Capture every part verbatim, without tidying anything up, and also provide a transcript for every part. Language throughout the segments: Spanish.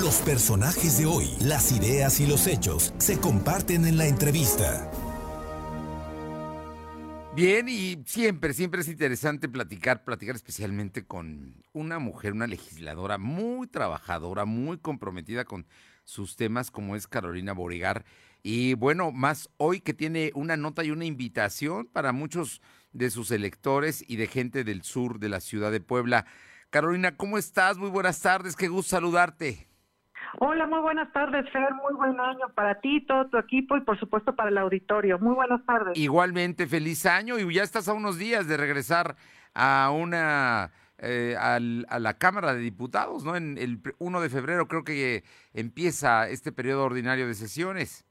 Los personajes de hoy, las ideas y los hechos se comparten en la entrevista. Bien, y siempre, siempre es interesante platicar, platicar especialmente con una mujer, una legisladora muy trabajadora, muy comprometida con sus temas, como es Carolina Borigar. Y bueno, más hoy que tiene una nota y una invitación para muchos de sus electores y de gente del sur de la ciudad de Puebla. Carolina, ¿cómo estás? Muy buenas tardes, qué gusto saludarte. Hola, muy buenas tardes, Fer, muy buen año para ti, todo tu equipo y por supuesto para el auditorio. Muy buenas tardes. Igualmente, feliz año, y ya estás a unos días de regresar a una eh, al, a la Cámara de Diputados, ¿no? En el primero de febrero creo que empieza este periodo ordinario de sesiones.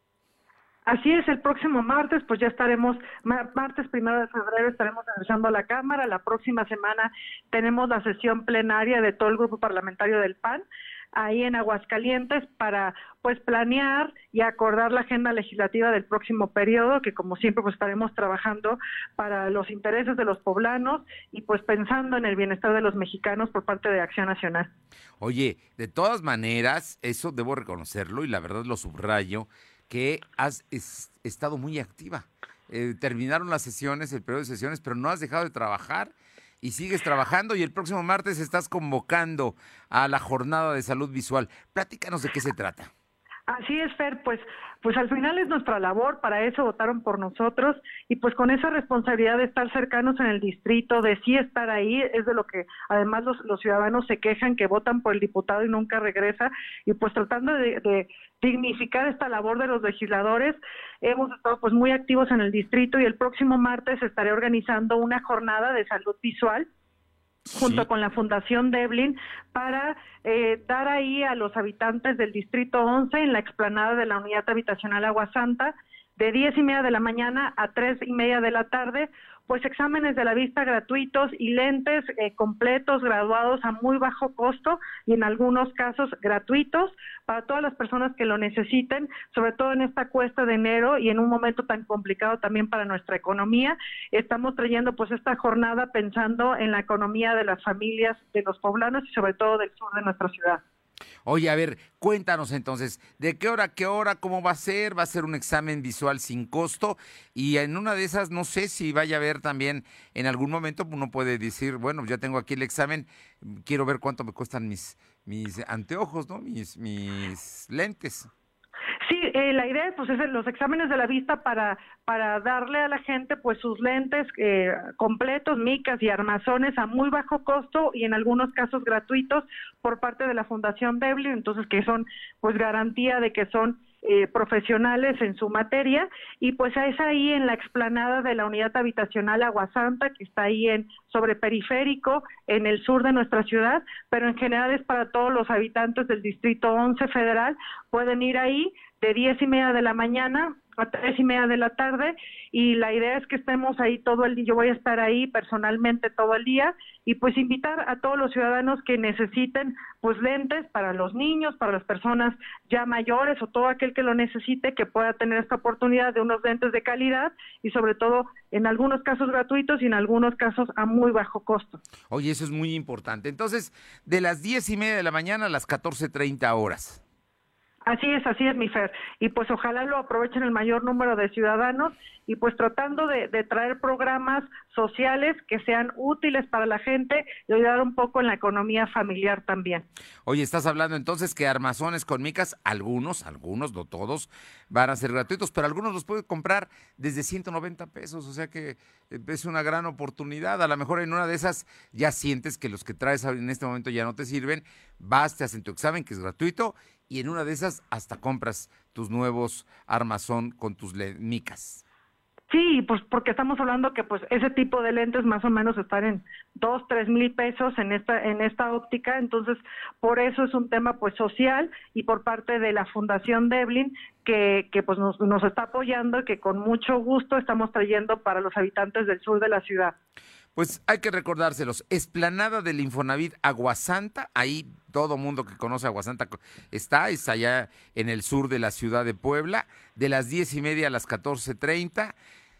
Así es, el próximo martes, pues ya estaremos, martes primero de febrero estaremos regresando a la Cámara. La próxima semana tenemos la sesión plenaria de todo el grupo parlamentario del P A N, ahí en Aguascalientes, para pues planear y acordar la agenda legislativa del próximo periodo, que como siempre pues estaremos trabajando para los intereses de los poblanos y pues pensando en el bienestar de los mexicanos por parte de Acción Nacional. Oye, de todas maneras, eso debo reconocerlo y la verdad lo subrayo, que has es, estado muy activa. Eh, terminaron las sesiones, el periodo de sesiones, pero no has dejado de trabajar y sigues trabajando, y el próximo martes estás convocando a la jornada de salud visual. Platícanos de qué se trata. Así es, Fer, pues, pues al final es nuestra labor, para eso votaron por nosotros, y pues con esa responsabilidad de estar cercanos en el distrito, de sí estar ahí, es de lo que además los, los ciudadanos se quejan, que votan por el diputado y nunca regresa, y pues tratando de, de dignificar esta labor de los legisladores, hemos estado pues muy activos en el distrito, y el próximo martes estaré organizando una jornada de salud visual junto sí. con la Fundación Devlin, para eh, dar ahí a los habitantes del Distrito once, en la explanada de la Unidad Habitacional Agua Santa, de diez y media de la mañana a tres y media de la tarde, pues exámenes de la vista gratuitos y lentes eh, completos, graduados a muy bajo costo y en algunos casos gratuitos para todas las personas que lo necesiten, sobre todo en esta cuesta de enero y en un momento tan complicado también para nuestra economía. Estamos trayendo pues esta jornada pensando en la economía de las familias de los poblanos y sobre todo del sur de nuestra ciudad. Oye, a ver, cuéntanos entonces, ¿de qué hora a qué hora, cómo va a ser? ¿Va a ser un examen visual sin costo? Y en una de esas, no sé si vaya a haber también, en algún momento uno puede decir, bueno, ya tengo aquí el examen, quiero ver cuánto me cuestan mis, mis anteojos, ¿no? Mis, mis lentes. Sí, eh, la idea pues es los exámenes de la vista para para darle a la gente pues sus lentes eh, completos, micas y armazones a muy bajo costo y en algunos casos gratuitos por parte de la Fundación Devlin, entonces que son pues garantía de que son eh, profesionales en su materia, y pues es ahí en la explanada de la Unidad Habitacional Agua Santa, que está ahí en sobre Periférico, en el sur de nuestra ciudad, pero en general es para todos los habitantes del Distrito once Federal. Pueden ir ahí de diez y media de la mañana a tres y media de la tarde, y la idea es que estemos ahí todo el día. Yo voy a estar ahí personalmente todo el día, y pues invitar a todos los ciudadanos que necesiten pues lentes para los niños, para las personas ya mayores o todo aquel que lo necesite, que pueda tener esta oportunidad de unos lentes de calidad y sobre todo en algunos casos gratuitos y en algunos casos a muy bajo costo. Oye, eso es muy importante. Entonces, de las diez y media de la mañana a las catorce treinta horas. Así es, así es, mi Fer, y pues ojalá lo aprovechen el mayor número de ciudadanos y pues tratando de, de traer programas sociales que sean útiles para la gente y ayudar un poco en la economía familiar también. Oye, estás hablando entonces que armazones con micas, algunos, algunos, no todos, van a ser gratuitos, pero algunos los pueden comprar desde ciento noventa pesos, o sea que es una gran oportunidad. A lo mejor en una de esas ya sientes que los que traes en este momento ya no te sirven, vas, te hacen tu examen, que es gratuito, y en una de esas hasta compras tus nuevos armazón con tus micas. Sí, pues porque estamos hablando que pues ese tipo de lentes más o menos están en dos, tres mil pesos en esta en esta óptica, entonces por eso es un tema pues social y por parte de la Fundación Devlin que, que pues nos, nos está apoyando y que con mucho gusto estamos trayendo para los habitantes del sur de la ciudad. Pues hay que recordárselos, explanada del Infonavit Aguasanta, ahí todo mundo que conoce Aguasanta está, es allá en el sur de la ciudad de Puebla, de las diez y media a las catorce treinta,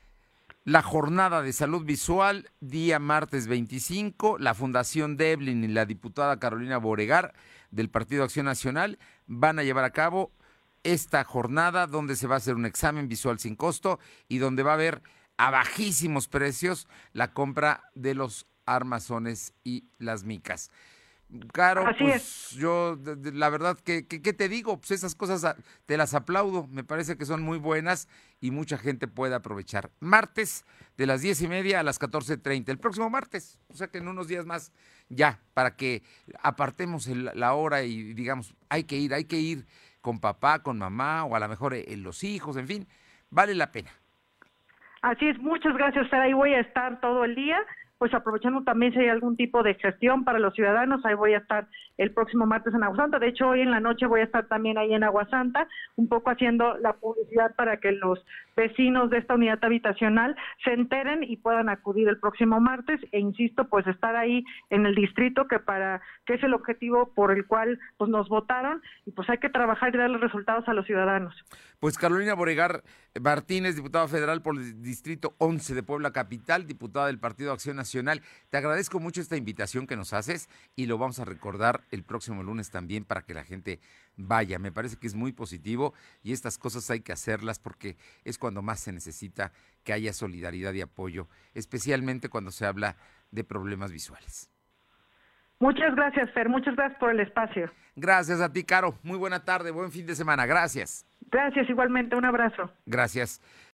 la jornada de salud visual, día martes veinticinco, la Fundación Devlin y la diputada Carolina Borigar del Partido Acción Nacional van a llevar a cabo esta jornada donde se va a hacer un examen visual sin costo y donde va a haber a bajísimos precios la compra de los armazones y las micas. Caro, Así pues es. yo, de, de, la verdad, que, que, ¿qué te digo? Pues esas cosas a, te las aplaudo, me parece que son muy buenas y mucha gente puede aprovechar. Martes, de las diez y media a las catorce treinta, el próximo martes, o sea que en unos días más, ya, para que apartemos el, la hora y digamos, hay que ir, hay que ir con papá, con mamá, o a lo mejor eh, los hijos, en fin, vale la pena. Así es, muchas gracias, Fer. Ahí voy a estar todo el día, pues aprovechando también si hay algún tipo de gestión para los ciudadanos, ahí voy a estar el próximo martes en Aguasanta. De hecho, hoy en la noche voy a estar también ahí en Aguasanta, un poco haciendo la publicidad para que los vecinos de esta unidad habitacional se enteren y puedan acudir el próximo martes, e insisto, pues estar ahí en el distrito, que para que es el objetivo por el cual pues nos votaron, y pues hay que trabajar y darle resultados a los ciudadanos. Pues Carolina Boregar Martínez, diputada federal por el Distrito once de Puebla Capital, diputada del Partido Acción Nacional, te agradezco mucho esta invitación que nos haces y lo vamos a recordar el próximo lunes también para que la gente vaya. Me parece que es muy positivo y estas cosas hay que hacerlas porque es cuando más se necesita que haya solidaridad y apoyo, especialmente cuando se habla de problemas visuales. Muchas gracias, Fer, muchas gracias por el espacio. Gracias a ti, Caro. Muy buena tarde, buen fin de semana. Gracias. Gracias, igualmente, un abrazo. Gracias.